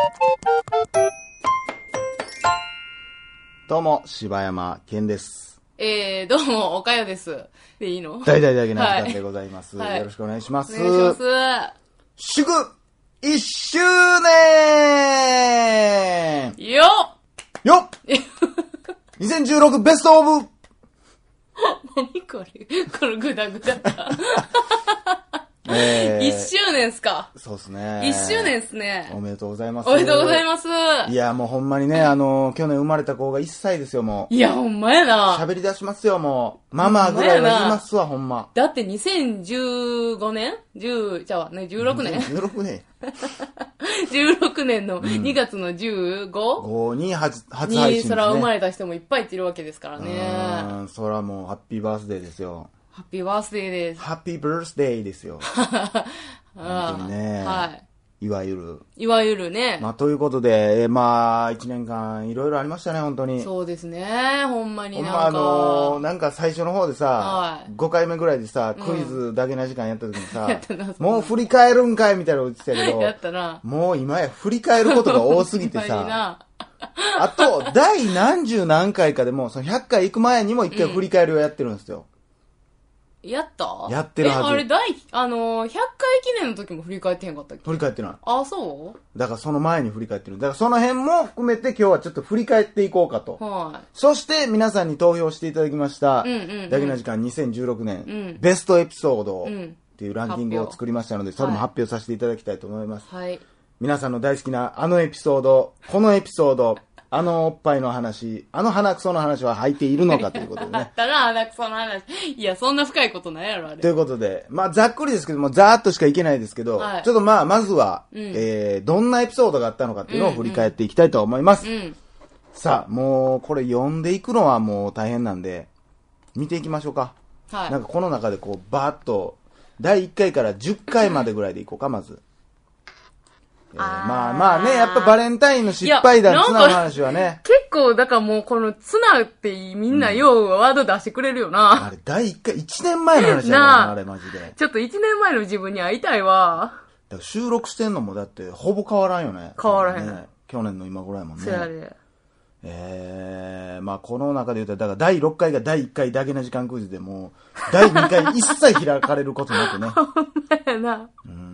どうも、柴山健です。 どうも、おかよです。でいいの？ 大々だけな時間でございます、 はい。 よろしくお願いします。 お願いします。 祝1周年よっ2016ベストオブ何これこのグダグダ。1周年っすか？ そうっすね。 1周年っすね。 おめでとうございます。 おめでとうございます。 いや、もうほんまにね、去年生まれた子が1歳ですよ、もう。 いや、ほんまやな。 喋り出しますよ、もう。ママぐらいは言いますわ、ほんま。 だって2015年 ?16 年 ?16 年。 16年の2月の 15?5 に初配信ですね。 にそら生まれた人もいっぱいいるわけですからね。 そらもうハッピーバースデーですよ。 ハッピーバースデーです。 ハッピーバースデーですよ。本当にね。 はい。 いわゆるね。 まあ、ということで、1年間いろいろありましたね、本当に。 そうですね、ほんまになんか。なんか最初の方でさ、 はい、 5回目ぐらいでさ、クイズだけな時間やった時にさ、もう振り返るんかいみたいなこと言ってたけど、 やったな。 もう今や振り返ることが多すぎてさ、あと、第何十何回かでも、その100回行く前にも1回振り返りをやってるんですよ。 やってるはず。 あれ、100回記念の時も振り返ってへんかったっけ？ 振り返ってない。 あ、そう？ だからその前に振り返ってる。だからその辺も含めて今日はちょっと振り返っていこうかと。 はい。 そして皆さんに投票していただきました、だけな時間2016年、ベストエピソードっていうランキングを作りましたので、それも発表させていただきたいと思います。 はい。 皆さんの大好きなあのエピソード、このエピソード、あのおっぱいの話、あの鼻くその話は入っているのかということでね。 あったな、鼻くその話。いや、そんな深いことないやろ、あれ。 ということで、ざっくりですけども、ざーっとしかいけないですけど、はい、ちょっとまずは、どんなエピソードがあったのかっていうのを振り返っていきたいと思います。さあ、もう、これ読んでいくのはもう大変なんで、見ていきましょうか。はい。なんかこの中でこう、バーッと、第1回から10回までぐらいでいこうか、まず。まあね、やっぱバレンタインの失敗談、ツナの話はね。 結構、だからもうこのツナってみんなようワード出してくれるよな。 あれ、第1回、1年前の話だな、あれマジで。 ちょっと1年前の自分に会いたいわ。 だから収録してんのもだってほぼ変わらんよね。 変わらへん。 ね、去年の今ぐらいもんね。 そうやで。 この中で言うと、だから第6回が第1回だけの時間クイズでも、第2回一切開かれることなくね。 ほんまやな。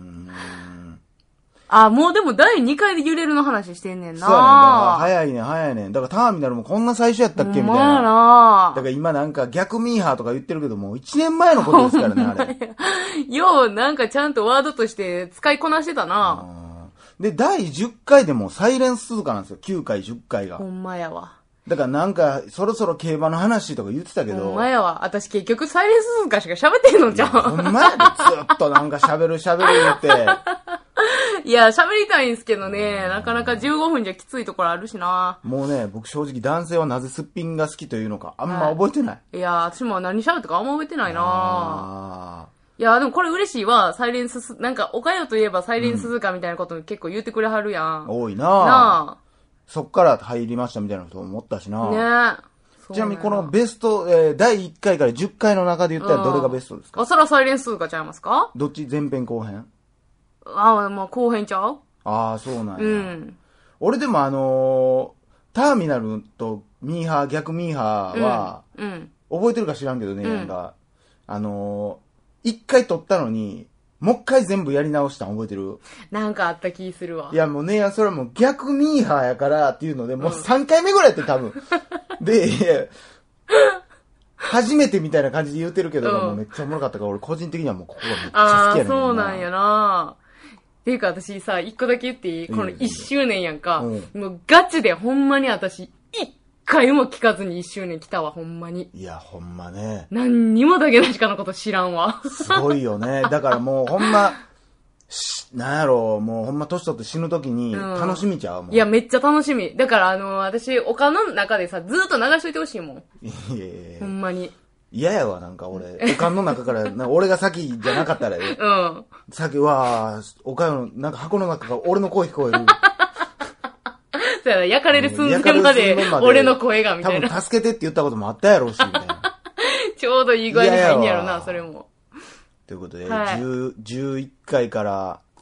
もうでも第2回で揺れるの話してんねんな。 そうやねん。早いねん。だからターミナルもこんな最初やったっけみたいな。だから今なんか逆ミーハーとか言ってるけども、1年前のことですからね、あれ。 よう、なんかちゃんとワードとして使いこなしてたな。 で、第10回でもサイレンス鈴鹿なんですよ。9回、10回が。 ほんまやわ。 だからなんか、そろそろ競馬の話とか言ってたけど。 ほんまやわ。私結局サイレンス鈴鹿しか喋ってんのじゃん。 ほんまやで、ずっとなんか喋る言って。 いや、喋りたいんすけどね、なかなか15分じゃきついところあるしな。 もうね、僕正直男性はなぜすっぴんが好きというのか、あんま覚えてない。 いや、私も何喋ったかあんま覚えてないないや、でもこれ嬉しいわ。サイレンス、なんか、おかよといえばサイレンス鈴鹿みたいなこと結構言ってくれはるやん。 多いなそっから入りましたみたいなこと思ったしなねちなみにこのベスト、第1回から10回の中で言ったらどれがベストですか？ そらサイレンス鈴鹿ちゃいますか？ どっち？前編後編？ まあ後編ちゃう？ そうなんや。俺でもターミナルとミーハー、逆ミーハーは、覚えてるか知らんけどね、なんか、一回撮ったのに、もう一回全部やり直したん覚えてる？ なんかあった気するわ。 いやもうね、それはもう逆ミーハーやからっていうので、もう3回目ぐらいやって多分。で、初めてみたいな感じで言うてるけど、もうめっちゃおもろかったから、俺個人的にはもうここがめっちゃ好きやねんな。 そうなんやなっていうか私さ、一個だけ言っていい？この1周年やんか。もうガチでほんまに私、一回も聞かずに1周年来たわ、ほんまに。 いや、ほんまね。 何にもだけなしかのこと知らんわ。 すごいよね。だからもうほんま、なんやろう、もうほんま年取って死ぬ時に楽しみちゃうもん。 いや、めっちゃ楽しみ。だから私、丘の中でさ、ずーっと流しといてほしいもん。ほんまに。 嫌やわ、なんか俺。おかんの中から、俺が先じゃなかったら先は、おかんの、なんか箱の中から俺の声聞こえる。 そうやな、焼かれる寸前まで、俺の声が、みたいな。 多分助けてって言ったこともあったやろうし、みたいな。 ちょうどいい具合に入んやろな、それも。 ということで、11回から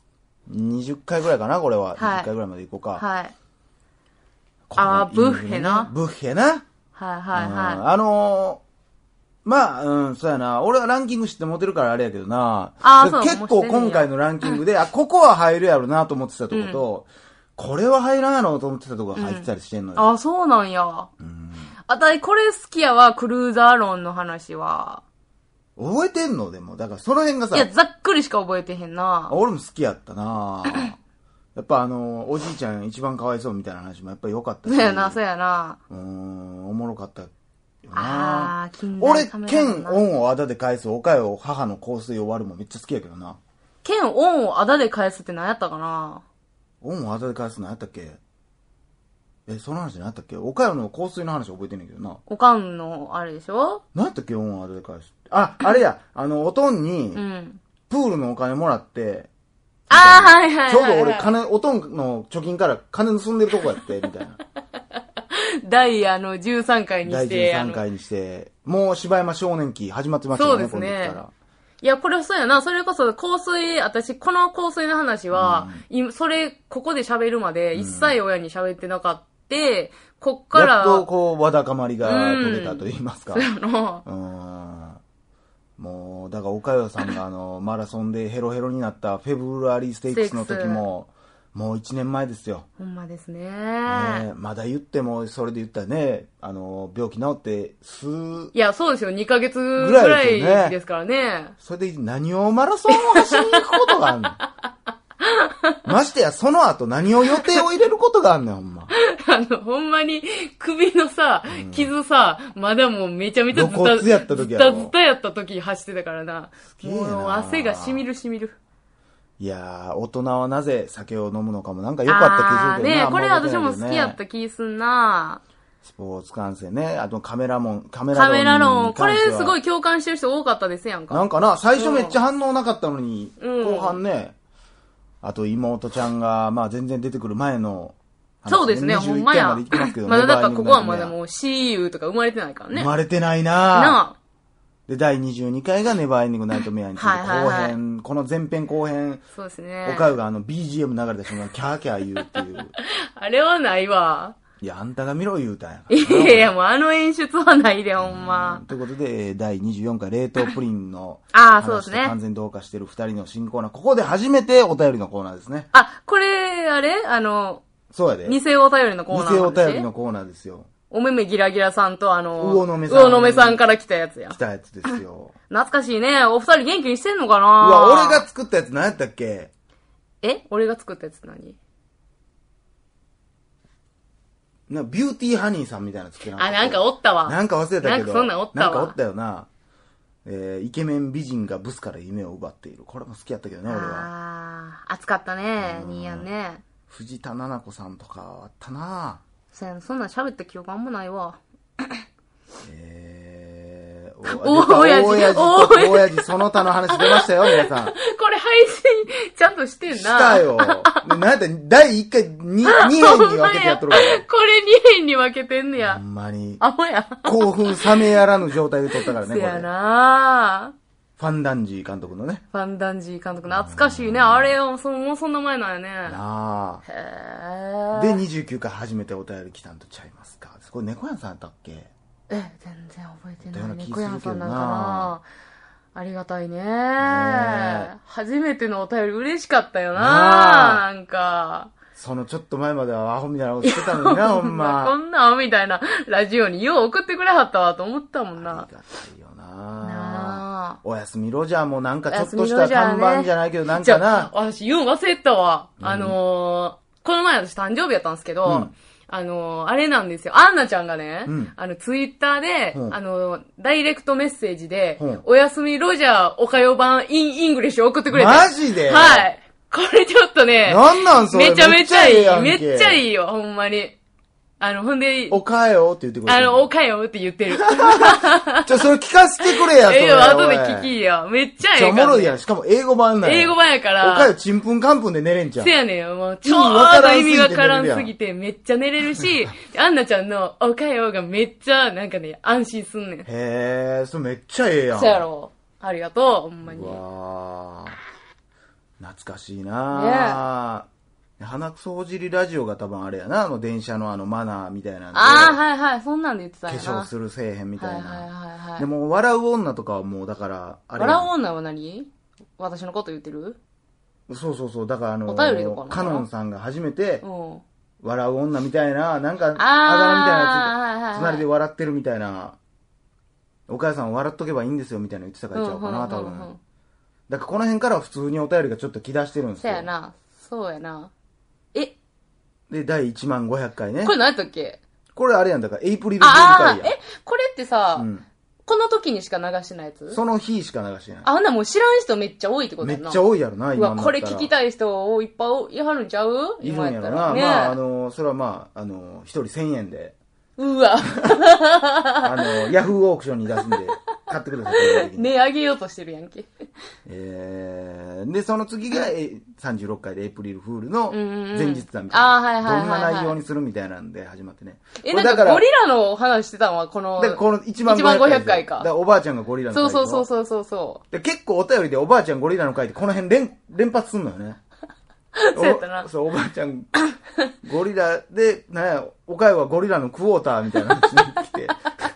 20回ぐらいかな、これは。はい、20回ぐらいまでいこうか。 はい。ブッフェな。 ブッフェな。 はいはいはい。 まあ、そうやな。俺はランキング知って持てるからあれやけどな。結構今回のランキングで、ここは入るやろなと思ってたとこと、これは入らんやろと思ってたとこが入ってたりしてんのよ。 そうなんや。あたりこれ好きやわ、クルーザー論の話は。 覚えてんのでも、だからその辺がさ。 いや、ざっくりしか覚えてへんな。 俺も好きやったな。やっぱおじいちゃん一番かわいそうみたいな話もやっぱり良かったし。 そうやな、そうやな。 おもろかったよな。俺、剣恩をあだで返す、おかよ母の香水終わるもめっちゃ好きやけどな。 剣恩をあだで返すって何やったかな。 恩をあだで返すの何やったっけ。その話何やったっけ。おかよの香水の話覚えてんねんけどな。 おかんのあれでしょ。 何やったっけ、恩をあだで返す。あれや、おとんに、プールのお金もらって、 はいはいはい。 ちょうど俺おとんの貯金から金盗んでるとこやって、みたいな。 第13回にして。 第13回にして、もう柴山少年期始まってましたよね、 そうですね。いや、これそうやな。それこそ香水、私、この香水の話は、ここで喋るまで一切親に喋ってなかった。こっから。 やっとわだかまりが取れたと言いますか。 そうやな。 もう、だから岡代さんがマラソンでヘロヘロになったフェブルアリーステークスの時も、もう1年前ですよ。 ほんまですね。 まだ言っても、それで言ったらね、病気治っていや、そうですよ。2ヶ月ぐらいですからね。 それで何をマラソンを走りに行くことがあんのましてや、その後何を予定を入れることがあんねん、ほんま。 ほんまに、首のさ、傷さ、まだもうめちゃめちゃズタやった時やろ。 ズタやった時走ってたからな。もう汗がしみるしみる。 いやー、大人はなぜ酒を飲むのかもなんか良かった気するけどな。 ねこれ私も好きやった気すんな。 スポーツ観戦ね。あとカメラ論。 これすごい共感してる人多かったですやんか。 なんかな、最初めっちゃ反応なかったのに、後半ね、あと妹ちゃんが、まあ全然出てくる前の、 そうですね、ほんまや。まだだからここはまだもう CU とか生まれてないからね。 生まれてないなで、第22回がネバーエンディングナイトメアについて後編、この前編後編、 そうですね。 おかゆがBGM 流れた瞬間、キャーキャー言うっていう。 あれはないわ。 いや、あんたが見ろ言うたんや。 いやいや、もう演出はないで、ほんま。 ということで、第24回冷凍プリンのそうですね。 完全同化してる二人の新コーナー。ここで初めてお便りのコーナーですね。 これ、あれそうやで。 偽お便りのコーナー。 偽お便りのコーナーですよ。 おめめギラギラさんと魚のめさんから来たやつや。 来たやつですよ。 懐かしいね。お二人元気にしてんのかな。 うわ、俺が作ったやつ何やったっけ。 俺が作ったやつ何。 ビューティーハニーさんみたいなの作ってなかった。 なんかおったわ。 なんか忘れたけど。 なんかそんなんおったわ。 なんかおったよな。イケメン美人がブスから夢を奪っている。これも好きやったけどね、俺は。 熱かったね、ニーヤンね。 藤田七子さんとかあったな。 そんなん喋った記憶あんまないわ。 親父、その他の話出ましたよ、皆さん。 これ配信、ちゃんとしてんな。 したよ。なんやったら、第1回2編に分けてやっとるから。 これ2編に分けてんねや。 ほんまに。 アホや。 興奮冷めやらぬ状態で撮ったからね、これ。 そやなファンダンジー監督のね。 ファンダンジー監督懐かしいね。あれもうそんな前なんやね。 なあ。で、29回初めてお便り来たんとちゃいますか。これ猫屋さんやったっけ。 全然覚えてない。猫屋さんなんかな。ありがたいね。初めてのお便り嬉しかったよな。なんか。 ちょっと前まではアホみたいなことしてたのにな、ほんま。 こんなアホみたいなラジオによう送ってくれはったわと思ったもんな。 ありがたいよな。おやすみロジャーもなんかちょっとした看板じゃないけどなんかな。 私言うん忘れてたわ。この前私誕生日やったんですけど、あれなんですよ。アンナちゃんがね、ツイッターで、ダイレクトメッセージで、おやすみロジャーおかよ版イングリッシュ送ってくれて。 マジで？ はい。これちょっとね、 なんそれめちゃめちゃいい。めっちゃいいよ、ほんまに。ほんで、 おかよって言ってくれる。 おかよって言ってる。 それ聞かせてくれや、それ。 後で聞きや。めっちゃええから、ね。 おもろいやん。しかも英語版なんや。 英語版やから。 おかよちんぷんかんぷんで寝れんじゃん。 せやねん。もう、ちょうど意味わからんすぎて、めっちゃ寝れるし、アンナちゃんのおかよがめっちゃ、なんかね、安心すんねん。 へー、それめっちゃええやん。 そうやろ。ありがとう、ほんまに。 わー。 懐かしいなぁ。鼻くそほじりラジオが多分あれやな、電車のマナーみたいなんで。 はいはい、そんなんで言ってたんやな。 化粧するせえへんみたいな。 はいはいはいはい。 でも、笑う女とかはもう、だから、あれ。 笑う女は何？私のこと言ってる？ そうそうそう、だからお便りとかカノンさんが初めて、 うん。 笑う女みたいな、なんか、あだ名みたいなやつ、隣で笑ってるみたいな、お母さん笑っとけばいいんですよみたいなの言ってたから言っちゃうかな、多分。だからこの辺からは普通にお便りがちょっと来だしてるんですよ。 そうやな。そうやな。 で、第10500回ね。 これ何やったっけ？ これあれやんだから、エイプリルフール会や。 これってさ、この時にしか流してないやつ？ その日しか流してない。 ほんなもう知らん人めっちゃ多いってことやな。 めっちゃ多いやろな、 今。うわ、これ聞きたい人いっぱいいはるんちゃう？ いるんやろな。まあ、それはまあ、一人1000円で。 うわ。 ヤフーオークションに出すんで、買ってください。 値上げようとしてるやんけ。 で、その次が36回でエイプリルフールの前日だみたいな。 はいはいはい。 どんな内容にするみたいなんで始まってね。 なんかゴリラの話してたのはこの、 だからこの10500回か。だからおばあちゃんがゴリラの回。 そう。 で、結構お便りでおばあちゃんゴリラの回ってこの辺連発すんのよね。 そうやったな。 そう、おばあちゃん、ゴリラで、おかゆはゴリラのクォーターみたいな話に来て。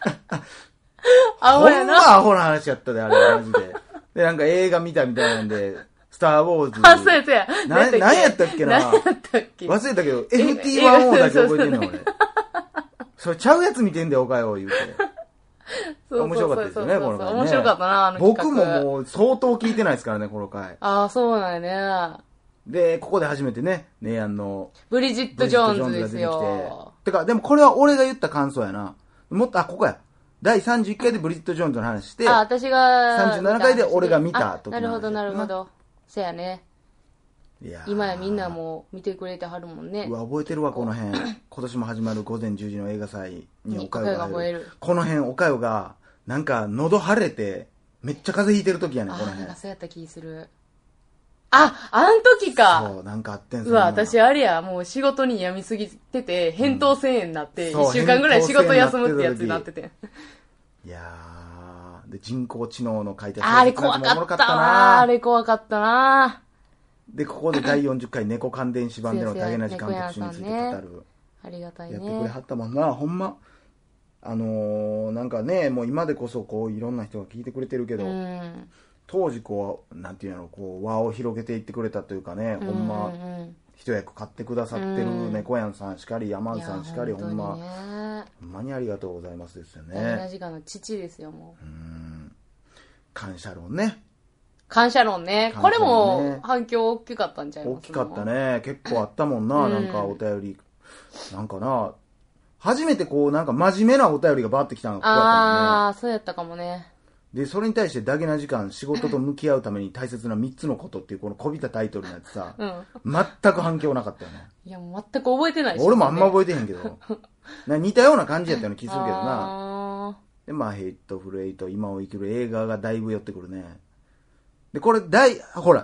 アホやな。 ほんまアホな話やったで、あれ、マジで。で、なんか映画見たみたいなんで、スターウォーズ。 そうや。 何やったっけな。忘れたけど、FT1O だけ覚えてんの、俺。それちゃうやつ見てんだよ、おかゆを言うて。面白かったですよね、この回ね。 面白かったな、 僕ももう相当聞いてないですからね、この回。 そうなんやね。 で、ここで初めてね、ネイアンのブリジット・ジョーンズですよ。 てか、でもこれは俺が言った感想やな。もっと、ここや。第31回でブリジット・ジョーンズの話して、 私が、 37回で俺が見た時なるほど。せやね。 いや今やみんなも見てくれてはるもんね。 うわ、覚えてるわ、この辺。今年も始まる午前10時の映画祭におかゆが入る。 この辺、おかゆが、なんか喉腫れて、めっちゃ風邪ひいてる時やねん、この辺。 そうやった気する。あん時か。 そう、なんかあってんすよ。うわ、私あれや、もう仕事に病みすぎてて、扁桃腺炎になって、1週間ぐらい仕事休むってやつになってて。 いやー、で、人工知能の書いてあれ怖かったな。あれ怖かったな。 で、ここで第40回猫関電子版でのダゲな時監督史について語る。 ありがたいね。 やってくれはったもんな、ほんま。なんかね、もう今でこそこういろんな人が聞いてくれてるけど、当時こう、なんていうの、こう、輪を広げていってくれたというかね、ほんま、一役買ってくださってる猫やんさんしかり、山んさんしかり、ほんまにありがとうございますですよね。 同じかの父ですよ、もう。 感謝論ね。 感謝論ね。これも反響大きかったんちゃいますか？ 大きかったね。結構あったもんな、なんかお便り。なんかな、初めてこう、なんか真面目なお便りがバーってきたのがこうやったもんね。 そうやったかもね。 で、それに対してダゲな時間、仕事と向き合うために大切な3つのことっていうこのこびたタイトルのやつさ、全く反響なかったよね。 いや、もう全く覚えてないし。 俺もあんま覚えてへんけど。似たような感じやったような気するけどな。で、まあ、ヘイトフルエイト、今を生きる映画がだいぶ寄ってくるね。で、これ、第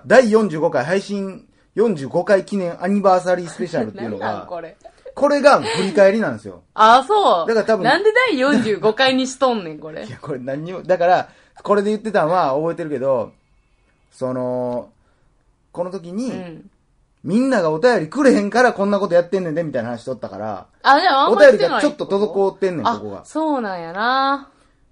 45回配信45回記念アニバーサリースペシャルっていうのが、これが振り返りなんですよ。 そう。 だから多分。 なんで第45回にしとんねん、これ。 いや、これ何にも、だから、これで言ってたのは覚えてるけど、この時に、みんながお便りくれへんからこんなことやってんねんで、みたいな話しとったから、 じゃあお便りがちょっと滞ってんねん、ここが。 そうなんやな。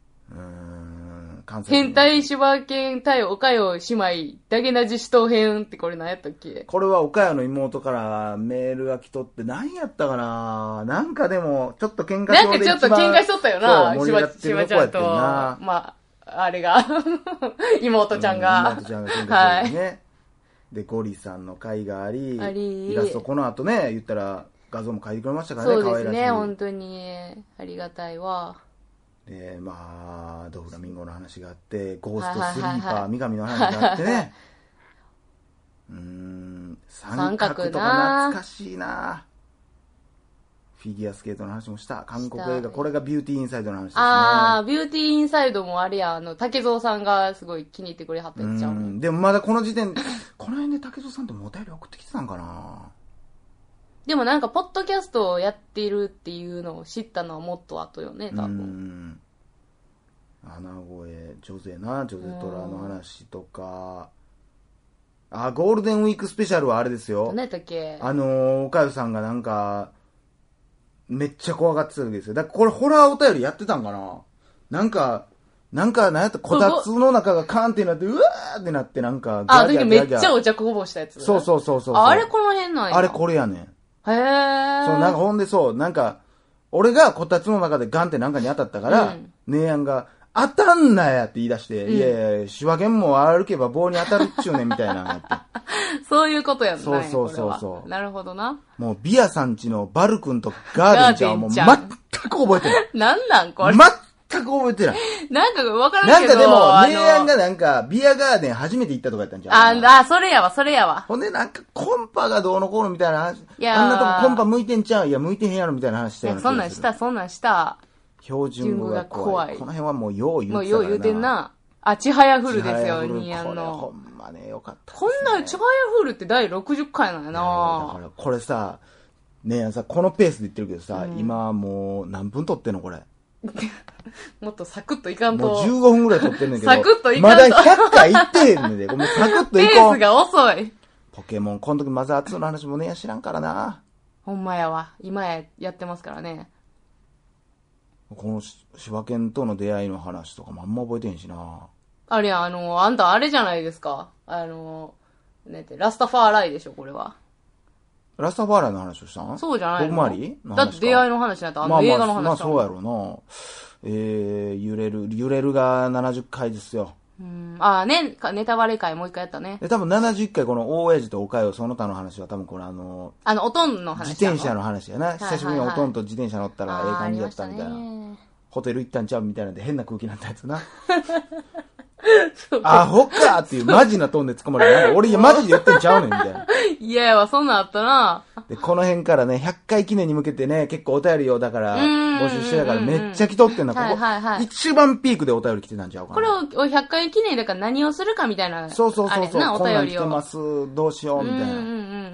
変態柴犬対岡代姉妹、ダゲな自主投編ってこれ何やったっけ？ これは岡代の妹からメールが来とって何やったかな。なんかでも、ちょっと喧嘩なんかちょっと喧嘩しとったよな、 柴ちゃんと。 まあ、あれが、妹ちゃんが。 妹ちゃんが喧嘩してるね。で、ゴリさんの回があり、イラストこの後ね、言ったら画像も描いてくれましたからね、 そうですね、本当に。ありがたいわ。 で、まあ、ドフラミンゴの話があって、ゴーストスリーパー、三上の話があってね。三角とか懐かしいな。フィギュアスケートの話もした。韓国映画、これがビューティーインサイドの話ですね。 ビューティーインサイドもあれや、竹蔵さんがすごい気に入ってくれはったやつちゃう。 でもまだこの時点、この辺で竹蔵さんってもお便り送ってきてたんかな。 でもなんか、ポッドキャストをやっているっていうのを知ったのはもっと後よね、多分。 穴声、ジョゼトラの話とか、 ゴールデンウィークスペシャルはあれですよ。 何やったっけ？ おかゆさんがなんか、めっちゃ怖がってた時ですよ。だからこれホラーお便りやってたんかな？なんやった、こたつの中がカーンってなって、うわーってなってなんか、 めっちゃお茶こぼしたやつ。 そう。 あれこの辺なんや。 あれこれやねん。 へー。 そう、なんかほんでなんか、俺がこたつの中でガンってなんかに当たったから、姉やんが、当たんなやって言い出して、いやいや、手話剣も歩けば棒に当たるっちゅうねんみたいなのやって。 そういうことやんな。 そう。 なるほどな。 もうビアさんちのバル君とガーデンちゃんはもう全く覚えてない。 なんこれ。 全く覚えてない。 なんかわからんけど。 なんかでも、姉やんがなんか、ビアガーデン初めて行ったとかやったんじゃん。 それやわ。 ほんでなんか、コンパがどうのこうのみたいな話。あんなとこコンパ向いてんちゃう？いや、向いてへんやろみたいな話したよ。 そんなんした。 標準語が怖い。この辺はもうよう言うてたからな。 もうよう言うてんな。ちはやふるですよ、ニヤンの。 ほんまね、よかった、ね。 こんなちはやふるって第60回なんやな。 だからこれさ、ねえさ、このペースで言ってるけどさ、今もう何分撮ってんのこれ。 もっとサクッといかんと。 もう15分ぐらい撮ってんねんけど。 サクッといかんと。 まだ100回行ってへんねんで。もうサクッといこう。 ペースが遅い。 ポケモン、この時マザー2の話もねや知らんからな。 ほんまやわ。今やってますからね。 この柴犬との出会いの話とかもあんま覚えてへんしな。 あれや、あんたあれじゃないですか。ラスタファーライでしょ、これは。 ラスタファーライの話をしたん？ そうじゃないの？ 僕周りだって出会いの話になったら、映画の話まあそうやろうな。揺れるが70回ですよ。 ネタバレ会もう一回やったね。 多分71回この大親父とおかよその他の話は多分これおとんの話。 自転車の話やな。久しぶりにおとんと自転車乗ったらええ感じだったみたいな。ホテル行ったんちゃうみたいなんで変な空気になったやつな。アホかっていうマジなトーンで突っ込まれる。俺マジで言ってんちゃうねんみたいな。 いやいや、そんなんあったな。 で、この辺からね、100回記念に向けてね、結構お便りをだから募集してたからめっちゃ来とってんな。ここ、一番ピークでお便り来てたんちゃうかな。 これを100回記念だから何をするかみたいな。 そう。 あれな、 こんなん来てます、どうしようみたいな。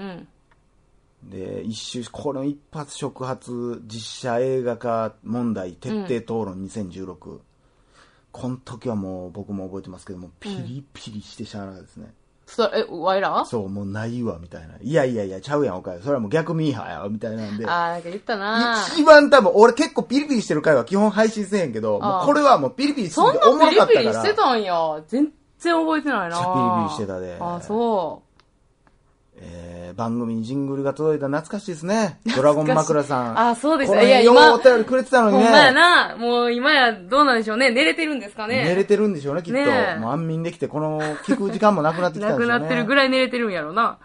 で、この一発触発実写映画化問題徹底討論2016。この時はもう僕も覚えてますけども、ピリピリしてしゃあなかったですね。 ワイら？ そう、もうないわ、みたいな。いや、ちゃうやん、おかよ。それはもう逆ミーハーやわ、みたいなんで。 なんか言ったな。 一番多分、俺結構ピリピリしてる回は基本配信せへんけど、もうこれはもうピリピリしてておもろかったから。 そんなピリピリしてたんや。全然覚えてないな。 めっちゃピリピリしてたで。 そう。 番組にジングルが届いた懐かしいですね。ドラゴン枕さん。そうです。 いや、今お便りくれてたのにね。 ほんまやな。もう今やどうなんでしょうね。寝れてるんですかね。 寝れてるんでしょうね、きっと。もう安眠できて、この聞く時間もなくなってきたんでしょうね。 なくなってるぐらい寝れてるんやろな。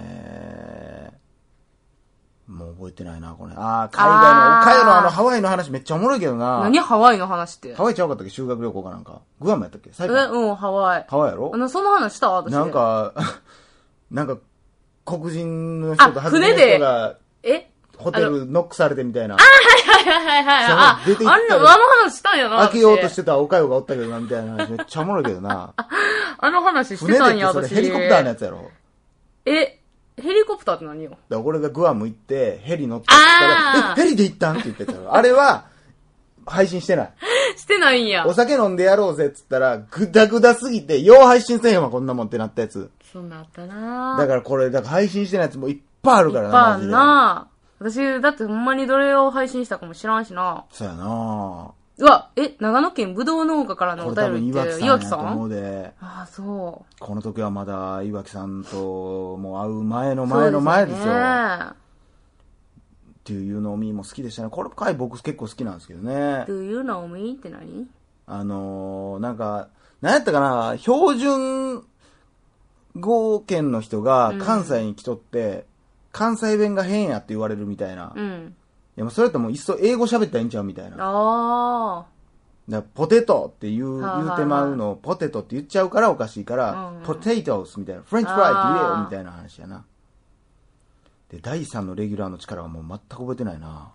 もう覚えてないな、これ。海外の、岡山のハワイの話めっちゃおもろいけどな。 何ハワイの話って。 ハワイちゃうかったっけ？修学旅行かなんか。グアムやったっけ？ ハワイ。 ハワイやろ？ その話した私。 なんか、黒人の人と初めの人が、ホテルノックされてみたいな。 はい。出て行ったら。あの話したんやな。 開けようとしてたおかよがおったけどな、みたいな話めっちゃおもろいけどな。 あの話してたんや、 私。それヘリコプターのやつやろ？ ヘリコプターって何よ？だから俺がグアム行って、ヘリ乗ってたら、ヘリで行ったんって言ってたよ。あれは、配信してない。 してないんや。 お酒飲んでやろうぜっつったら、ぐだぐだすぎて、よう配信せんわ、こんなもんってなったやつ。 そんなあったな。 だからこれ、配信してないやつもいっぱいあるからな。 いっぱいあるな。私、だってほんまにどれを配信したかも知らんしな。 そうやな。 うわ、長野県ぶどう農家からのお便りって、岩木さん？そう。 この時はまだ岩木さんともう会う前の前ですよ。Do you know me も好きでしたね。これ回僕結構好きなんですけどね。 Do you know me って何？ 何やったかな、標準語圏の人が関西に来とって、関西弁が変やって言われるみたいな。いや、それってもういっそ英語喋ったらいいんちゃうみたいな。だからポテトって言うてまうのをポテトって言っちゃうからおかしいから、ポテトスみたいな、フレンチフライって言えよみたいな話やな。で、第3のレギュラーの力はもう全く覚えてないな。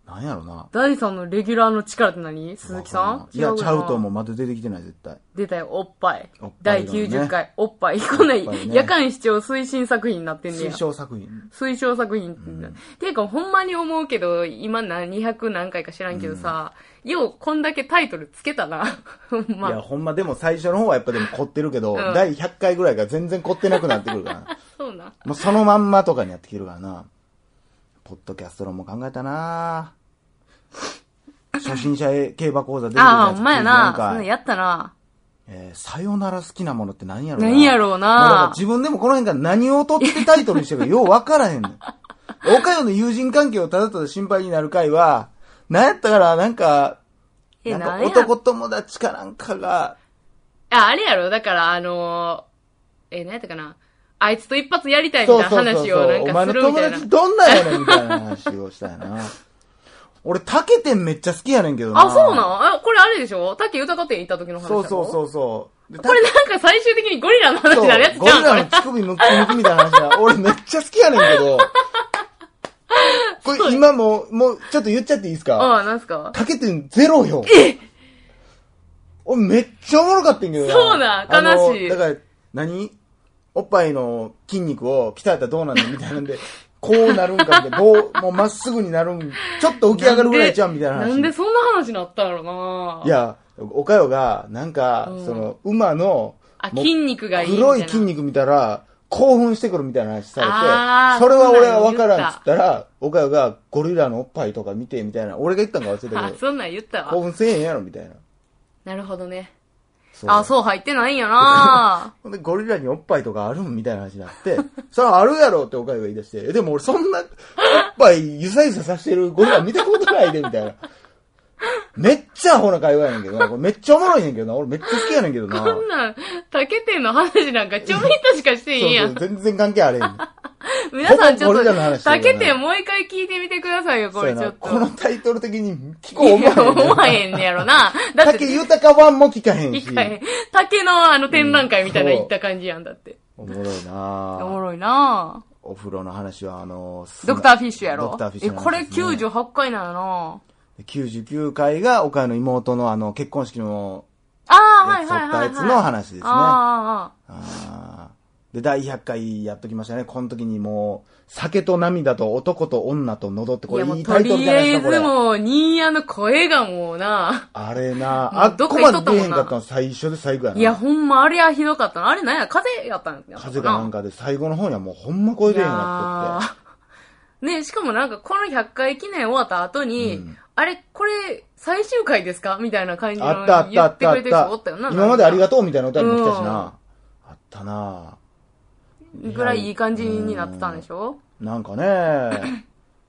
なんやろな。 第3のレギュラーの力って何？鈴木さん？ いや、ちゃうと思う。まだ出てきてない、絶対。 出たよ、おっぱい。第おっぱいのね 90回、おっぱい。こんなおっぱいね夜間視聴推進作品になってんねや。 推奨作品。 推奨作品って。っていうか、ほんまに思うけど、今200何回か知らんけどさ、ようこんだけタイトルつけたな。ほんま。 いや、ほんまでも最初の方はやっぱでも凝ってるけど、第100回ぐらいが全然凝ってなくなってくるから。 そうな。 もうそのまんまとかにやってきてるからな。ポッドキャスト論も考えたな初心者競馬講座出てるやつ。 ああ、ほんまやな。そんなやったな。 さよなら好きなものって何やろうな。 何やろうな。 だから自分でもこの辺から何を取ってタイトルにしてるかよう分からへんねん。岡山の友人関係をただただ心配になる回は、なんやったからなんか男友達かなんかが。 あれやろだから何やったかな。あいつと一発やりたいみたいな話をなんかするみたいな。 お前の友達どんなんやねんみたいな話をしたやな。俺、竹店めっちゃ好きやねんけどな。 あ、そうなんこれあれでしょ竹豊店行った時の話だろ。 そう。 これなんか最終的にゴリラの話になるやつじゃん。 ゴリラの乳首むきむきみたいな話だ。俺めっちゃ好きやねんけど。これ今もうちょっと言っちゃっていいですか？ ああ、なんすか？ 竹店ゼロよ。俺めっちゃおもろかったんけどな。 そうな、悲しい。 だから、おっぱいの筋肉を鍛えたらどうなんだみたいなんで、こうなるんかみたいな、もうまっすぐになるん、ちょっと浮き上がるぐらいちゃうみたいな話。 なんでそんな話になったんやろないや、おかよが、なんか、馬の、 筋肉がいい黒い筋肉見たら、興奮してくるみたいな話されて、それは俺は分からんっつったら、おかよがゴリラのおっぱいとか見てみたいな、俺が言ったんか忘れたけど、 あ、そんなん言ったわ。 興奮せえへんやろみたいな。 なるほどね。あ、そう入ってないんやなほんで、ゴリラにおっぱいとかあるんみたいな話になって、それはあるやろっておかゆが言い出して、でも俺そんな、おっぱいゆさゆささしてるゴリラ見たことないで、みたいな。めっちゃアホな会話やねんけどな。これめっちゃおもろいねんけどな。俺めっちゃ好きやねんけどな。 こんなん、竹店の話なんかちょびっとしかしていいやん。 そう全然関係あれへん。 皆さんちょっと、竹店もう一回聞いてみてくださいよ、これちょっと。 このタイトル的に聞こう思わへん。 思わへんねやろな。 だって。竹豊版も聞かへんし。 聞かへん。竹の展覧会みたいな行った感じやんだって。 おもろいなおもろいなお風呂の話はドクターフィッシュやろ。 ドクターフィッシュこれ98回なのな 99回が岡山の妹の結婚式の撮ったやつの話ですね。で、第100回やっときましたね。この時にもう、酒と涙と男と女と喉ってこれいいタイトルじゃないですか、これ。 とりあえずもう、ニーヤの声がもうな。 あれな、あっこまで出へんかったの最初で最後やな。 いや、ほんまあれはひどかったな。あれなんや、風邪やったんや。 風邪かなんかで最後の方にはもうほんま声出へんなってって。ね、しかもなんかこの100回記念終わった後に、あれ、これ、最終回ですかみたいな感じの言ってくれてる人おったよな。 今までありがとうみたいな歌にも来たしな。あったなぐらいいい感じになってたんでしょなんかね、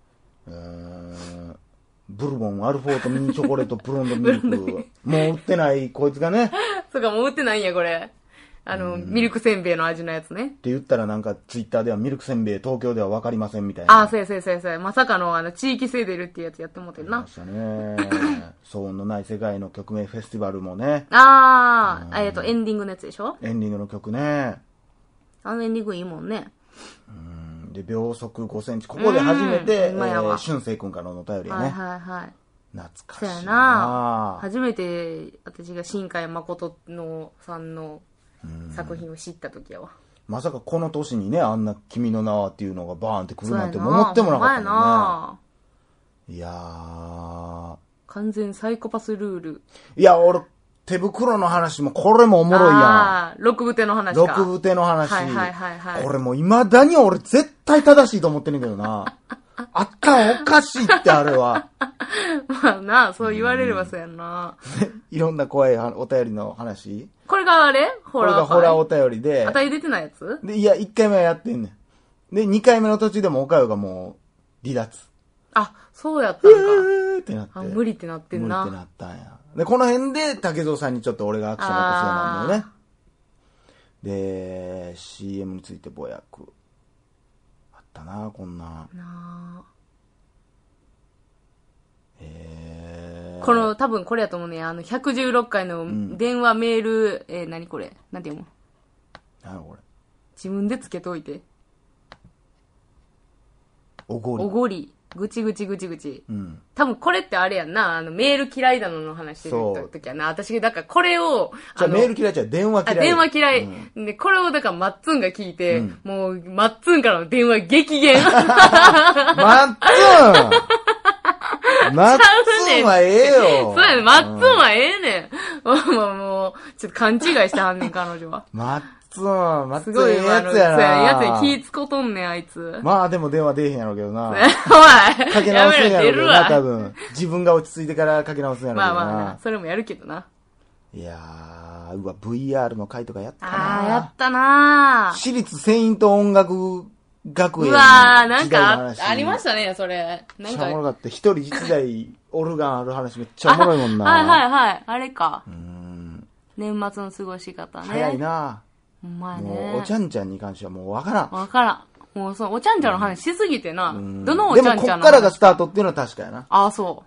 ブルボン、アルフォート、ミニチョコレート、ブロンドミルク。もう売ってないこいつがね。 そうか、もう売ってないんや、これ。ミルクせんべいの味のやつね。 って言ったらなんかツイッターではミルクせんべい東京では分かりませんみたいな。 あ、そうや。まさかの地域性出るっていうやつやってもってんな。 ましたね。騒音のない世界の曲名フェスティバルもね。 エンディングのやつでしょ？ エンディングの曲ね。 エンディングいいもんね。 で、秒速5センチ。ここで初めて、俊生くんからのお便りやね。 懐かしい。そうやな。 初めて私が新海誠さんの作品を知った時やわ。 まさかこの年にね、あんな君の名はっていうのがバーンってくるなんて思ってもなかったもんね。いやー。 完全サイコパスルール。 いや、俺、手袋の話もこれもおもろいやん。六分手の話か。 六分手の話。これも未だに俺絶対正しいと思ってんねんけどな。あったんおかしいってあれは。 まあな、そう言われればそうやんな。 いろんな怖いお便りの話。 これがあれホラー。 これがホラーお便りで。 あたり出てないやつで、いや、1回目はやってんねん。で、2回目の途中でもおかよがもう、離脱。 あ、そうやったんか。 ってなって。 無理ってなってんな。 無理ってなったんや。で、この辺で竹蔵さんにちょっと俺がアクション起こすようなんだよね。で、CM についてぼやく。あったな、こんな。 この、多分これやと思うね。116回の電話、メール、何これなんて読む？ 何これ自分でつけといて。 おごり。 おごり。 ぐちぐち。うん。多分これってあれやんな、メール嫌いだの話してる時やな。私、だからこれを、 じゃメール嫌いじゃ電話嫌い。 電話嫌い。うん、で、これをだからマッツンが聞いて、うん、もう、マッツンからの電話激減。マッツンマッツンはええよ。 そうやね、マッツンはええねん。もう、ちょっと勘違いしてはんねん、彼女は。 マッツンええやつやな。 そうや、やつに気つことんねん、あいつ。 まあでも電話出えへんやろうけどな。 おい。 かけ直すんやろうけどな、多分。自分が落ち着いてからかけ直すんやろうけどな。 まあ、それもやるけどな。 いやー、うわ、VR の回とかやったな。 やったな私立セイント音楽学園。 うわー、なんかありましたね、それ。 めっちゃおもろかった。一人実在オルガンある話めっちゃおもろいもんな。 はい。あれか。年末の過ごし方ね。 早いな。 ほんまやね。 もうおちゃんちゃんに関してはもうわからん。 もうそう、おちゃんちゃんの話しすぎてな。どのおちゃんちゃんの話。 でもこっからがスタートっていうのは確かやな。 ああ、そう。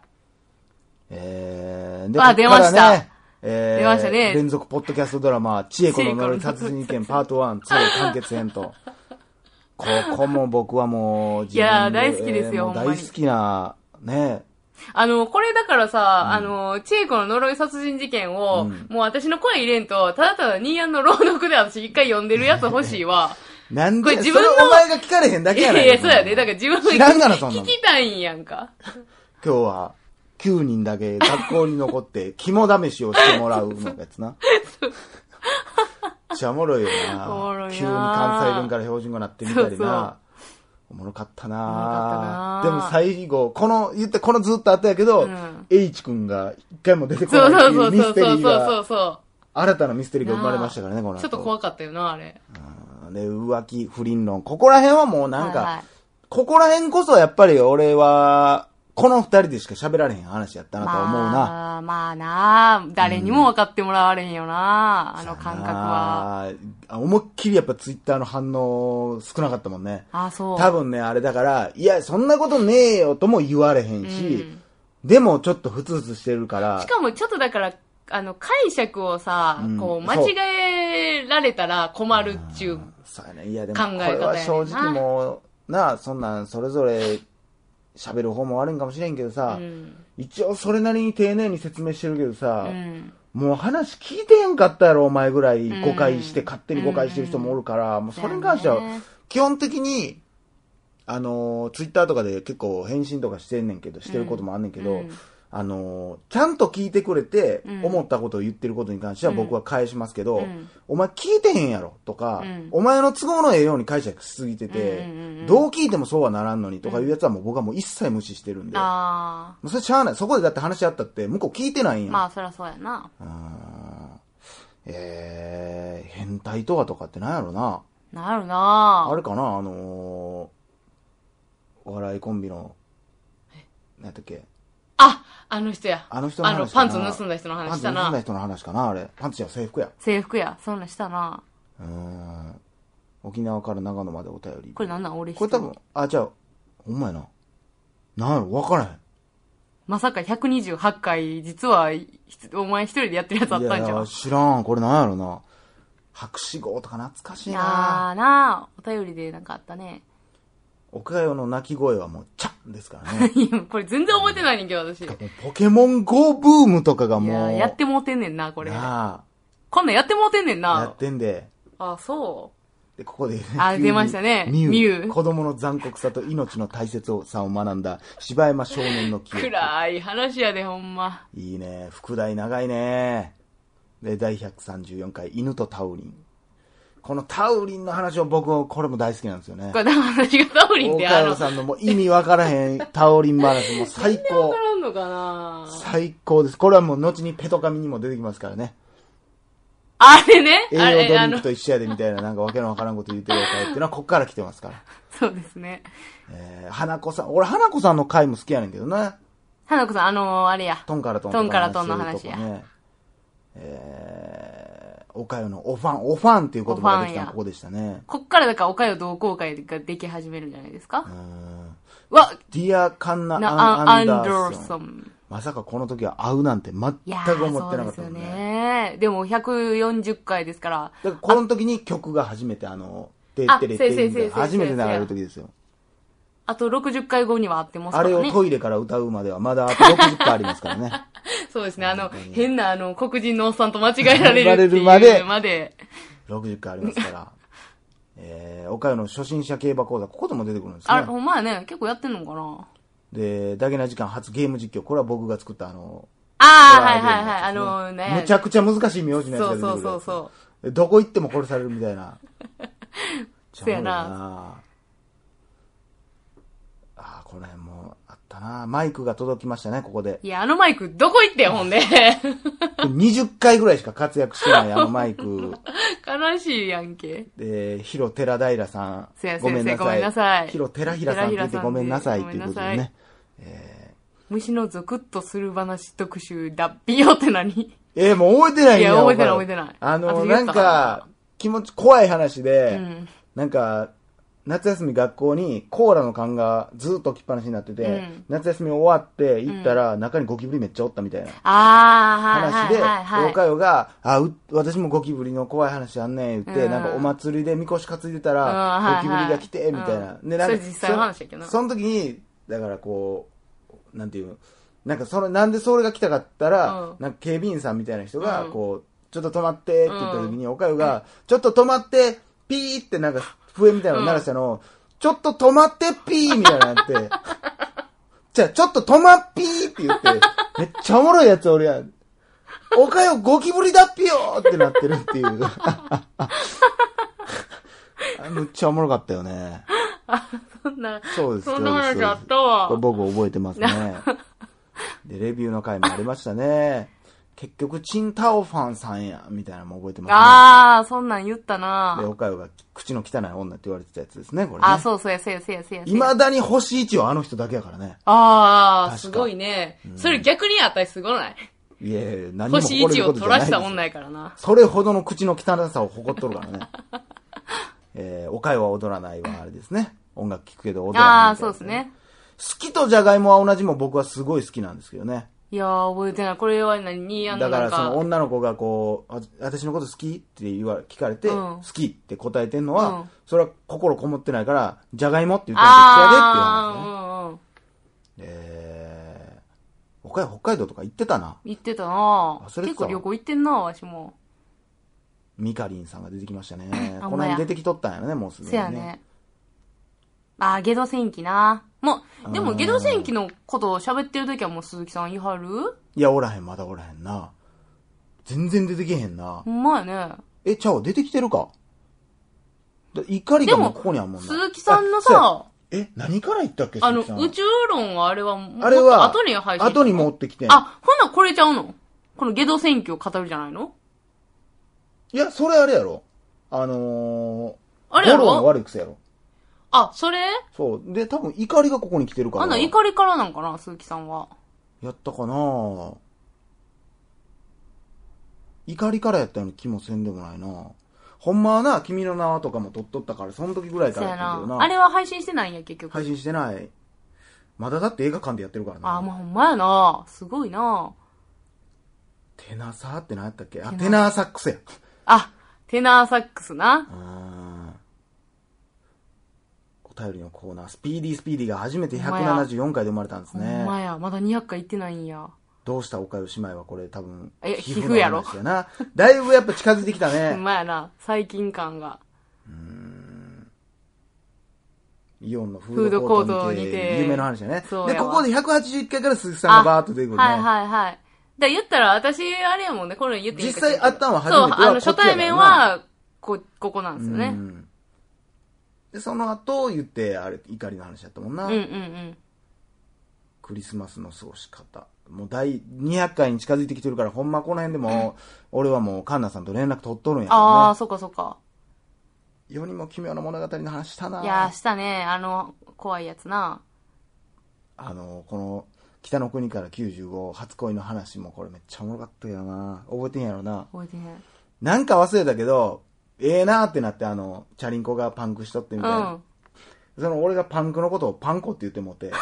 で、 出ました。出ましたね。 連続ポッドキャストドラマ、千恵子の呪い殺人事件パート1、2完結編と。ここも僕はもう、 いやー、大好きですよ、ほんまに。 大好きな、ね。 これだからさ、千恵子の呪い殺人事件を、もう私の声入れんと、ただただニーヤンの朗読で私一回読んでるやつ欲しいわ。 なんで自分のお前が聞かれへんだけやないいや、そうやね。だから自分知らんがな、そんな聞きたいんやんか。 今日は、9人だけ学校に残って、肝試しをしてもらうのやつな。めっちゃおもろいよな。 おもろいな。 急に関西弁から標準語になってみたりな。おもろかったな。でも最後、このずっと後やけど、H 君が一回も出てこないっていうミステリーが、新たなミステリーが生まれましたからね、この後。 ちょっと怖かったよな、あれ。 で、浮気、不倫論。ここら辺はもうなんか、ここら辺こそやっぱり俺は、この二人でしか喋られへん話やったなと思うな。 まあな、誰にも分かってもらわれへんよな、あの感覚は。 思いっきりやっぱツイッターの反応少なかったもんね。 そう。 多分ね、あれだから、いや、そんなことねえよとも言われへんし、でもちょっとふつふつしてるから。 しかもちょっとだから、解釈をさ、こう、間違えられたら困るっちゅう考え方やねんな。いや、でもこれは正直もう、なあ、そんなんそれぞれ、喋る方も悪いんかもしれんけどさ、一応それなりに丁寧に説明してるけどさ、もう話聞いてへんかったやろお前ぐらい誤解して、勝手に誤解してる人もおるから、もうそれに関しては基本的にツイッターとかで結構返信とかしてんねんけど、してることもあんねんけど、ちゃんと聞いてくれて、思ったことを言ってることに関しては僕は返しますけど、お前聞いてへんやろとか、お前の都合のええように解釈しすぎてて、どう聞いてもそうはならんのにとかいうやつはもう僕はもう一切無視してるんで。もうそれしゃあない。そこでだって話し合ったって向こう聞いてないんや。 まあそりゃそうやな。 変態とかってなんやろな。 なるなあれかな、お笑いコンビの、何やったっけ。 あの人や。 あの人の話パンツ盗んだ人の話したな。 パンツ盗んだ人の話かな、あれ。パンツじゃ制服や。 制服や。そんなしたな。 沖縄から長野までお便り。 これなんなん俺これ多分、じゃあ、ほんまやな。なんやろ、わからへん。 まさか128回、実は、お前一人でやってるやつあったんじゃん。 いや、知らん。これなんやろな。博士号とか懐かしいな。 お便りでなんかあったね。 岡代の鳴き声はもう、チャッですからね。 いや、これ全然覚えてないねんけど、私。 ポケモン GO ブームとかがもう。 やってもうてんねんな、これ。こんなんやってもうてんねんな。 やってんで。 そうで、ここで、ね、 出ましたね。ミュウ。 子供の残酷さと命の大切さを学んだ柴山少年の記憶。 暗い話やで、ほんま。 いいね。副題長いね。で、第134回、犬とタウリン。このタウリンの話を僕、これも大好きなんですよね。 これ話がタウリンって岡山さんのもう意味わからへんタウリン話も最高。 わからんのかな。 最高です。これはもう後にペトカミにも出てきますからね。 あれね。 栄養ドリンクと一緒やでみたいななんかわけのわからんこと言ってるやつっていうのはこっから来てますから。 そうですね。 花子さん。俺花子さんの回も好きやねんけどね。 花子さん、あれや。 トンからトン。 トンからトンの話や。 おかよのオファンっていう言葉ができたのここでしたね。 こっからだからおかよ同好会ができ始めるんじゃないですか。 ディア・カンナ・アンダーソン。まさかこの時は会うなんて全く思ってなかったもんね。そうですよね。でも140回ですから。 だからこの時に曲が初めてテレテレテレ初めて流れる時ですよ。 あと60回後には会ってますからね。 あれをトイレから歌うまではまだあと60回ありますからね。 そうですね。変な黒人のおっさんと間違えられるっていうまで。 60回ありますから。おかよの初心者競馬講座、ここでも出てくるんですね。 あ、ほんまやね。結構やってんのかな。 で、ダゲな時間初ゲーム実況。これは僕が作ったはい。ね。 むちゃくちゃ難しい名字のやつが出てくる。 そう。 どこ行っても殺されるみたいな。 そうやな。 この辺もあったな。マイクが届きましたね、ここで。 いや、マイクどこ行ってん、ほんで。 20回ぐらいしか活躍してない、マイク。 悲しいやんけ。 で、ヒロ寺平さん。 ごめんなさい。 ヒロ寺平さんって言ってごめんなさいっていうことでね。 虫のゾクッとする話特集、脱皮よって何？ もう覚えてないんや。 いや、覚えてない。 なんか、気持ち怖い話で、なんか、夏休み学校にコーラの缶がずっと置きっぱなしになってて、夏休み終わって行ったら中にゴキブリめっちゃおったみたいな話で、おかよが、私もゴキブリの怖い話あんねん言って、なんかお祭りでみこし担いでたら、ゴキブリが来て、みたいな。で、なんか、 実際の話やけどな。 その時に、だからこう、なんていう、なんかなんでそれが来たかったら、なんか警備員さんみたいな人が、こう、ちょっと止まってって言った時に、おかよが、ちょっと止まって、ピーってなんか、笛みたいなの鳴らしたのを、ちょっと止まってピーみたいなのやって、ちょっと止まっピーって言って、めっちゃおもろいやつ俺やん。おかよゴキブリだっぴよーってなってるっていう。めっちゃおもろかったよね。そうです。 そんな話あったわ。 これ僕覚えてますね。で、レビューの回もありましたね。結局、チンタオファンさんや、みたいなのも覚えてますね。 そんなん言ったな。 で、おかよが口の汚い女って言われてたやつですね、これね。 そうや。 未だに星1はあの人だけやからね。 すごいね。それ逆に私すごない？ いや何も星1を取らした女やからな。 それほどの口の汚さを誇っとるからね。おかよは踊らないはあれですね。音楽聴くけど踊らない。 そうですね。 好きとじゃがいもは同じも僕はすごい好きなんですけどね。 いやー、覚えてない。これは何だからその女の子がこう、私のこと好きって聞かれて、好きって答えてんのは、それは心こもってないから、じゃがいもって言ってると好きやでっていう話ね。北海道とか行ってたな。 行ってたな。 結構旅行行ってんな、わしも。 ミカリンさんが出てきましたね。この辺出てきとったんやね、もうすでにね。 せやね。ゲド戦記な。でもゲド戦記のことを喋ってるときはもう鈴木さん言いはる？ いや、まだおらへんな。全然出てけへんな。 ほんまやね。ちゃう、出てきてるか。怒りがもうここにあんもんな。 鈴木さんのさ、 何から言ったっけ、鈴木さん。 宇宙論はあれは後に配信。 後に持ってきてん。 ほなこれちゃうの？このゲド戦記を語るじゃないの？ いや、それあれやろ。 あれやろ？ ゴロの悪い癖やろ。 それ？ そう。で、多分怒りがここに来てるから。 怒りからなんかな、鈴木さんは。 やったかな怒りからやったような気もせんでもないな。ほんまはな、君の名はとかも撮っとったから、その時ぐらいからやったけどな。 あれは配信してないんや、結局。 配信してない。まだだって映画館でやってるからな。 ほんまやな。すごいな。 テナサーって何やったっけ？テナーサックスや。 テナーサックスな。 お便りのコーナー、スピーディーが初めて174回で生まれたんですね。 ほんまや、まだ200回行ってないんや。 どうしたおかよ姉妹はこれ多分、 皮膚やろ。 だいぶやっぱ近づいてきたね。 ほんまやな、最近感が。 イオンのフードコートにて、有名な話だね。で、ここで181回から鈴木さんがバーッと出てくるね。 はい。言ったら私、あれやもんね、これ言っていいか。 実際あったのは初めてはこっちやからな。 初対面は、ここなんですよね。 で、その後言って、怒りの話だったもんな。クリスマスの過ごし方。もう第200回に近づいてきてるから、ほんまこの辺でも、俺はもうカンナさんと連絡取っとるんやけどね。 そっか。 世にも奇妙な物語の話したな。 いや、したね。怖いやつな。 この、北の国から95、初恋の話もこれめっちゃおもろかったよな。覚えてんやろな。 覚えてへん。 なんか忘れたけど、なーってなってチャリンコがパンクしとってみたいな。俺がパンクのことをパンコって言ってもって。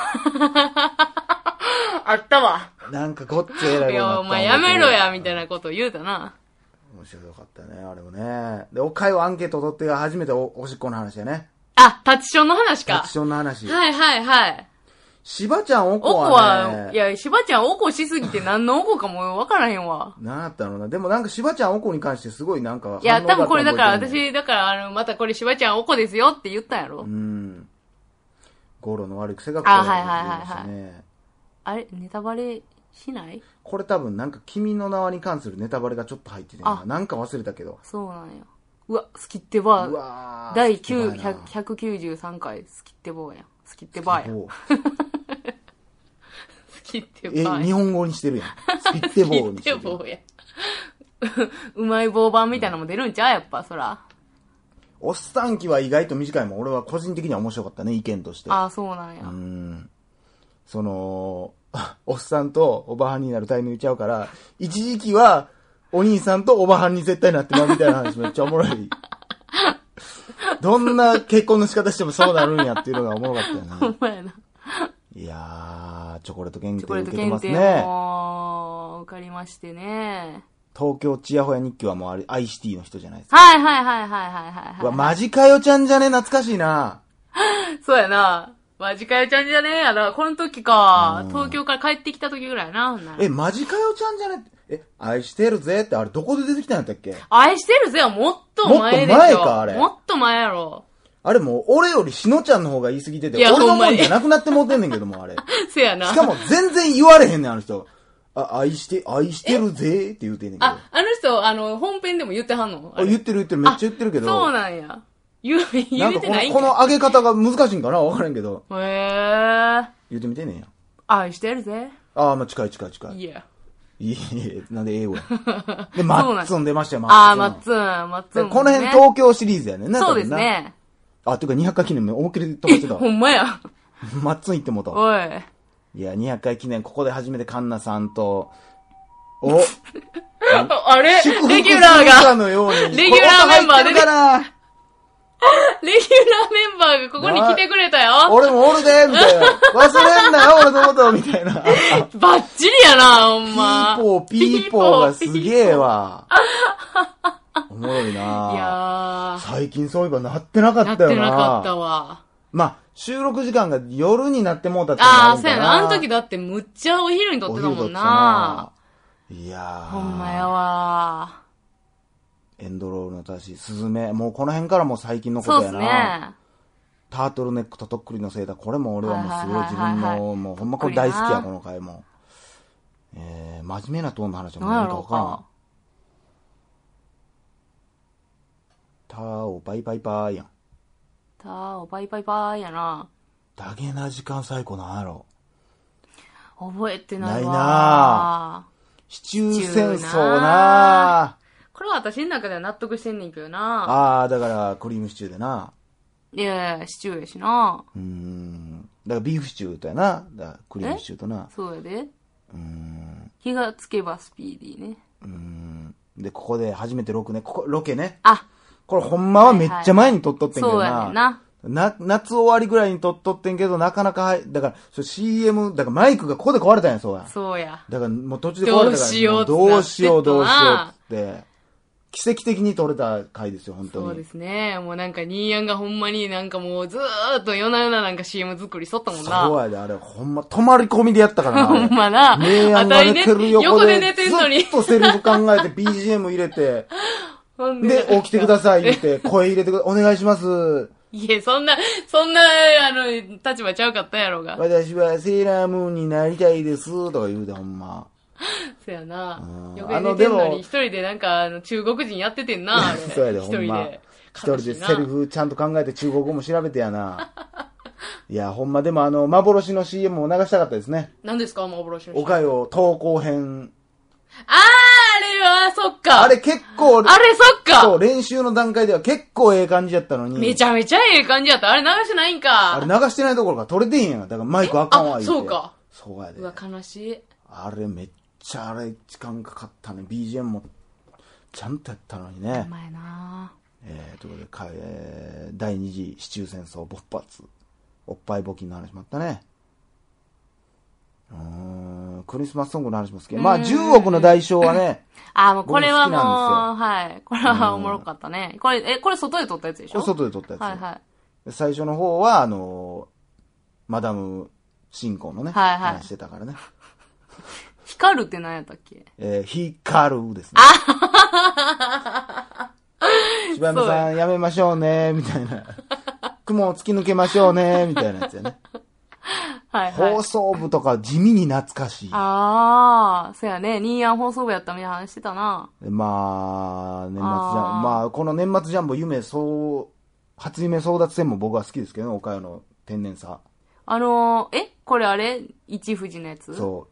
あったわ。 なんかごっつえらいことになった。 いや、お前やめろや、みたいなこと言うたな。 面白かったね、あれもね。で、おかよアンケート取ってが初めておしっこの話やね。 あ、タチションの話か。 タチションの話。 はいはいはい。 しばちゃんおこはね。 いや、しばちゃんおこしすぎて何のおこかもわからへんわ。 なんやったのな。でもなんかしばちゃんおこに関してすごいなんか。 いや、多分これだから私、またこれしばちゃんおこですよって言ったんやろ。 ゴロの悪い癖がこうやってはいはいはいはい。あれネタバレしない？ これ多分なんか君の名はに関するネタバレがちょっと入っててなんか忘れたけど。 そうなんや。うわ、スキッテバー。第193回、スキッテボーやん。スキッテバーやん。スキッテバー。 日本語にしてるやん。スキッテボーにしてる。 スキッテボーや。うまい棒版みたいなのも出るんちゃうやっぱ、そら。 おっさん期は意外と短いもん。俺は個人的には面白かったね、意見として。 ああ、そうなんや。 おっさんとおばはんになるタイミングちゃうから、一時期は、お兄さんとおばはんに絶対なってまうみたいな話めっちゃおもろい。どんな結婚の仕方してもそうなるんやっていうのがおもろかったよね。 ほんまやな。 いやー、チョコレート検定受けてますね。 もう、受かりましてね。 東京チヤホヤ日記はもうあれ、アイシティの人じゃないですか。 はいはいはいはいはい。 うわ、マジかよちゃんじゃね懐かしいな。 そうやな。マジかよちゃんじゃねやな。この時か。東京から帰ってきた時ぐらいな。 マジかよちゃんじゃね愛してるぜってあれどこで出てきたんやったっけ？ 愛してるぜはもっと前でしょ。 もっと前かあれ。 もっと前やろ。 あれもう俺よりしのちゃんの方が言い過ぎてて、俺のもんじゃなくなってもうてんねんけどもあれ。 せやな。 しかも全然言われへんねんあの人。愛してるぜって言うてんねんけど。 あの人、本編でも言ってはんの？ 言ってるめっちゃ言ってるけど。 そうなんや。言うてないんか。 この上げ方が難しいんかなわからんけど。 へー。 言うてみてんねんや。 愛してるぜ。 まあ近い。 いや。 いえ、なんで英語や。で、マッツン出ましたよ、マッツン。 この辺東京シリーズやねんな。 そうですね。 ていうか200回記念も思いっきり飛ばしてたわ。 ほんまや。 マッツン行ってもと。 おい。 いや、200回記念、ここで初めてカンナさんと、 あれレギュラーが、レギュラーメンバー出てる。レギュラーメンバーがここに来てくれたよ。 俺もおるでみたいな。忘れんなよ、俺のことみたいな。 バッチリやな、ほんま。 ピーポーがすげえわ。おもろいな。 いや最近そういえばなってなかったよな。 なってなかったわ。 まあ、収録時間が夜になってもうたってのがあるんだな。 そうやな。あの時だってむっちゃお昼に撮ってたもんな。 いやほんまやわ。 エンドロールの私、スズメ。もうこの辺からもう最近のことやな。そうですね。タートルネックととっくりのせいだ。これも俺はもうすごい自分の、もうほんまこれ大好きや、この回も。真面目なトーンの話はもう何かわからん。ターオパイパイパーやん。 ターオパイパイパーやな。 ダゲな時間最高なんやろ。 覚えてないわ。 ないなぁ。シチュー戦争なぁ。 これは私の中では納得してんねんけどな。 だからクリームシチューでな。 いやシチューやしな。 だからビーフシチューとやな。クリームシチューとな。 そうやで。気がつけばスピーディーね。で、ここで初めてロケね。これほんまはめっちゃ前に撮っとってんけどな。そうやねんな。夏終わりぐらいに撮っとってんけど、なかなかだから、CM、だからマイクがここで壊れたんや、そうや。 そうや。 だからもう途中で壊れたから。どうしようって。奇跡的に撮れた回ですよ、本当に。 そうですね。もうなんか、ニーヤンがほんまになんかもうずーっと夜な夜ななんか CM 作りしとったもんな。 そうやで、あれ、ほんま、泊まり込みでやったからな。 ほんまな。 ニーヤンが寝てる横で、 寝てんのに。 ずっとセリフ考えて BGM 入れて、で、起きてください言って、声入れてお願いします。 いや、そんな、立場ちゃうかったやろが。 私はセーラームーンになりたいです、とか言うて、ほんま。 そうやな。よく寝てんのに一人でなんか中国人やっててんな、あれ。 そうやで、ほんま。一人でセリフちゃんと考えて中国語も調べてやな。いや、ほんまでも幻の CM を流したかったですね。 何ですか、幻の CM。おかよ投稿編。 あれは、そっか。 あれ結構、 そっか。 そう、練習の段階では結構ええ感じやったのに。 めちゃめちゃええ感じやった。あれ流してないんか。 あれ流してないところから撮れてへんやん。だからマイクあかんわ、言うて。 そうか。 そうやで。 うわ、悲しい。 あれめっちゃ時間かかったね。BGM もちゃんとやったのにね。 うまいなということで、第2次市中戦争勃発。おっぱい募金の話もあったね。クリスマスソングの話も好き。まあ、10億の代償はね。 もうこれはもう、はい。これはおもろかったね。これ外で撮ったやつでしょ？ 外で撮ったやつ。 はいはい。 最初の方は、マダム進行のね、 はいはい、 話してたからね。 光るって何やったっけ？ 光るですね。柴山さんやめましょうね、みたいな。雲を突き抜けましょうね、みたいなやつやね。 はいはい。 放送部とか地味に懐かしい。 ああ、そうやね。ニーヤン放送部やったみたいな話してたな。 まあ、年末ジャンボ。まあ、この年末ジャンボ初夢争奪戦も僕は好きですけどね、岡山の天然さ。 これあれ一富士のやつ？ そう。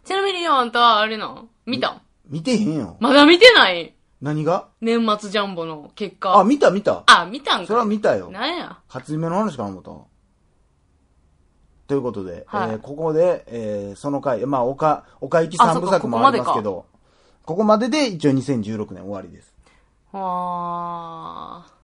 ちなみにあんた、あれな見た？ 見てへんよ。 まだ見てない？ 何が？ 年末ジャンボの結果。 あ、見た。 あ、見たんか。 それは見たよ。 なんや。 初夢の話かな思った。ということで、 はい、 ここで、その回、まあ、岡行き3部作もありますけど、ここまでで一応2016年終わりです。